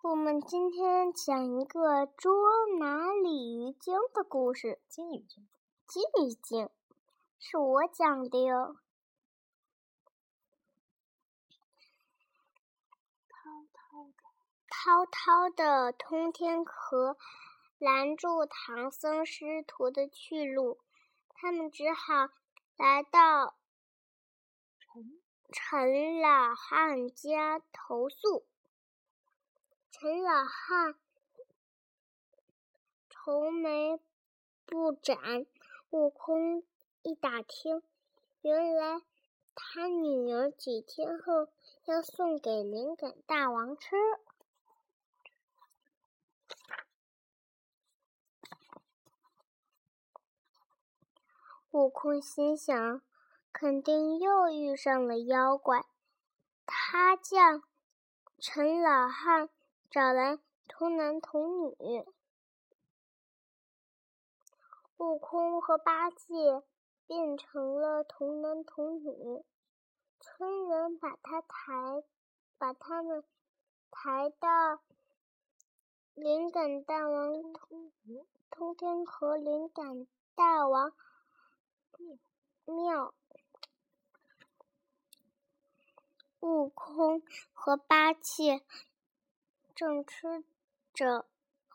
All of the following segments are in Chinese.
我们今天讲一个捉拿鲤鱼精的故事。 金鱼精是我讲的哟。滔滔的通天河拦住唐僧师徒的去路，他们只好来到陈老汉家投宿。陈老汉愁眉不展，悟空一打听，原来他女儿几天后要送给灵感大王吃。悟空心想，肯定又遇上了妖怪。他叫陈老汉找来童男童女。悟空和八戒变成了童男童女，村人把他们抬到灵感大王通天河灵感大王庙。悟空和八戒正吃着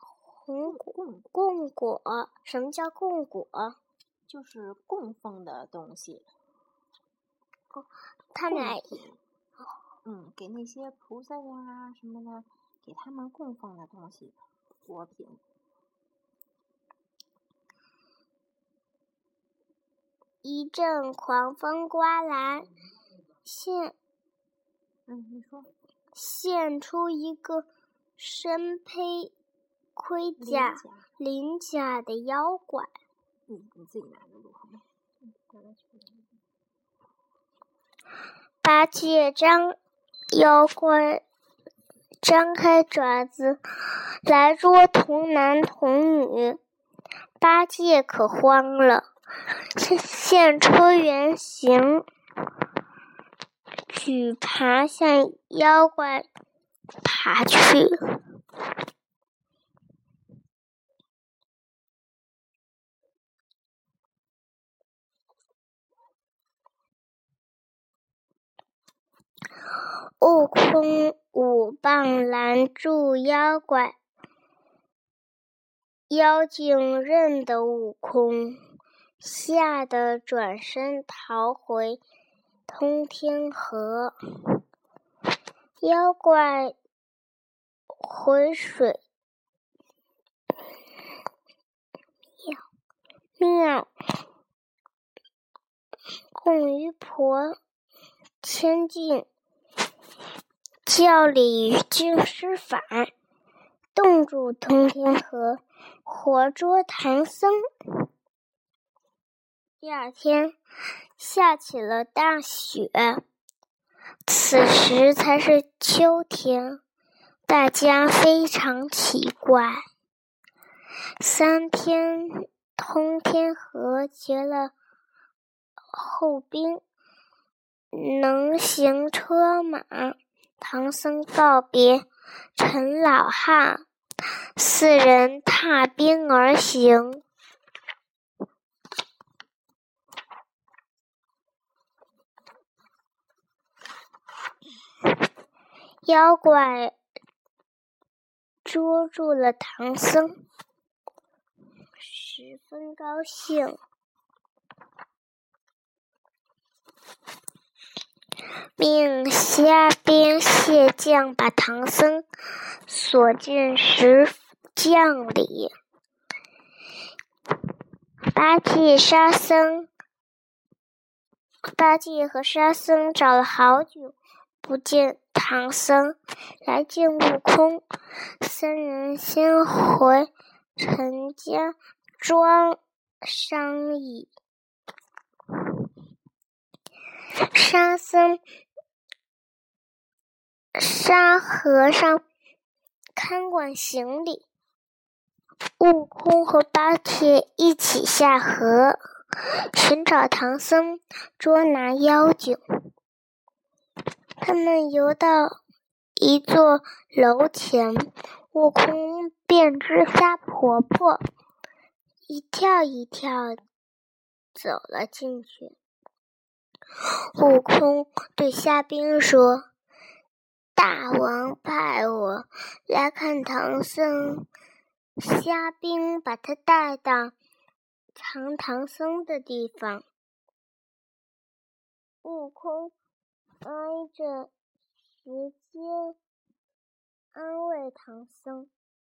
供果。什么叫供果？ 就是供奉的东西。 他们给那些菩萨呀什么的，给他们供奉的东西，果品。 一阵狂风刮来，现出一个身披盔甲鳞甲的妖怪。 你自己拿着录好吗？ 八戒妖怪张开爪子来捉童男童女，八戒可慌了，现出原形，举耙向妖怪爬去。悟空舞棒拦住妖怪，妖精认得悟空，吓得转身逃回通天河。妖怪回水庙供鱼婆千进，叫鲤鱼精施法，冻住通天河，活捉唐僧。第二天下起了大雪，此时才是秋天，大家非常奇怪。3天通天河结了厚冰，能行车马。唐僧告别陈老汉，4人踏冰而行。妖怪捉住了唐僧，十分高兴，命虾兵蟹将把唐僧锁进石匠里。八戒和沙僧找了好久不见唐僧，来见悟空。3人先回陈家庄商议。沙和尚看管行李，悟空和八戒一起下河寻找唐僧，捉拿妖精。他们游到一座楼前，悟空变只虾婆婆，一跳一跳走了进去。悟空对虾兵说：“大王派我来看唐僧。”虾兵把他带到藏唐僧的地方。悟空挨着时间安慰唐僧，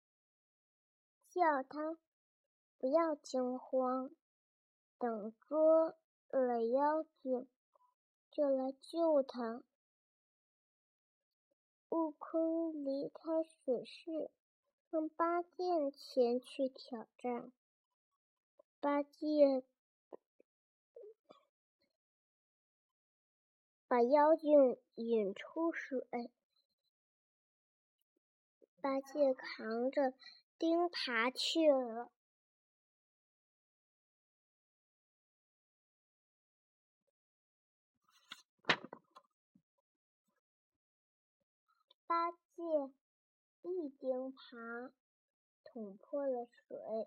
叫他不要惊慌，等捉了妖精就来救他。悟空离开水室，让八戒前去挑战。八戒把妖精引出水，八戒扛着钉耙去了。八戒一钉耙捅破了水，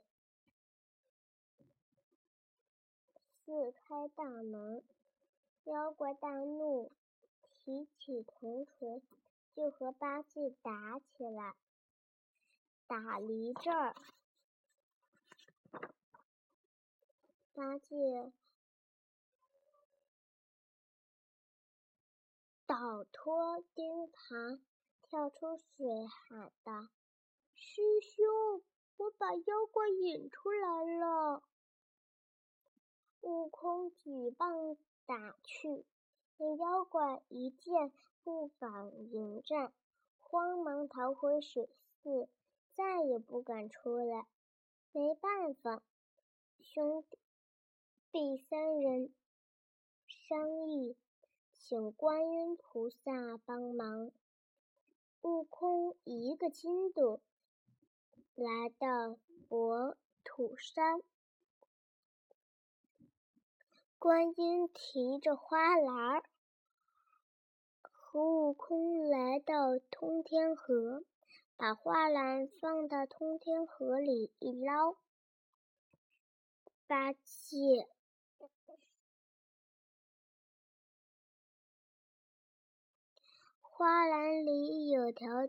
撕开大门，妖怪大怒，提起铜锤就和八戒打起来。打了一阵儿，八戒倒脱钉耙，跳出水喊道：“师兄，我把妖怪引出来了！”悟空举棒打去，那妖怪一见不敢迎战，慌忙逃回水寺，再也不敢出来。没办法，兄弟三人商议，请观音菩萨帮忙。悟空一个筋斗来到佛土山，观音提着花篮和悟空来到通天河，把花篮放到通天河里一捞。八戒花篮里有条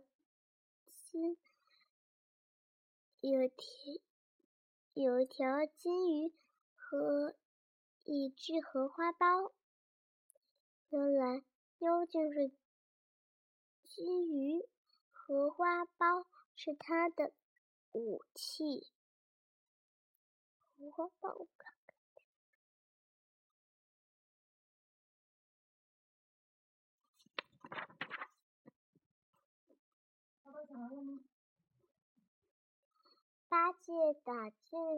金鱼和一只荷花苞。原来妖精是金鱼，荷花苞是他的武器。荷花苞我看看，八戒打进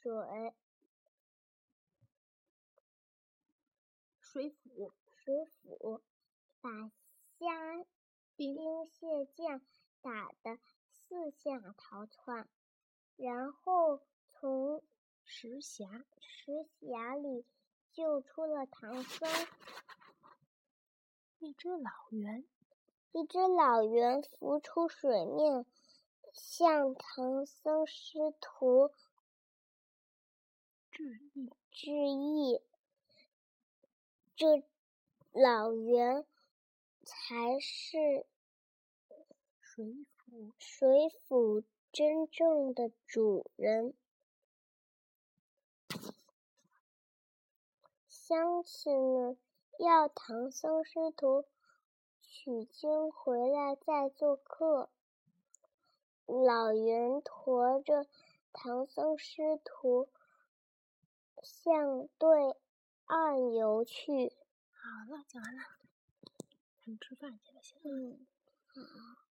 水府，把虾兵蟹将打得四下逃窜，然后从石匣里救出了唐僧。一只老猿浮出水面，向唐僧师徒致意。这老猿才是水府真正的主人。乡亲们要唐僧师徒取经回来再做客。老猿驮着唐僧师徒向对岸游去。 好了，讲完了，咱们吃饭去了，行吗？ 好。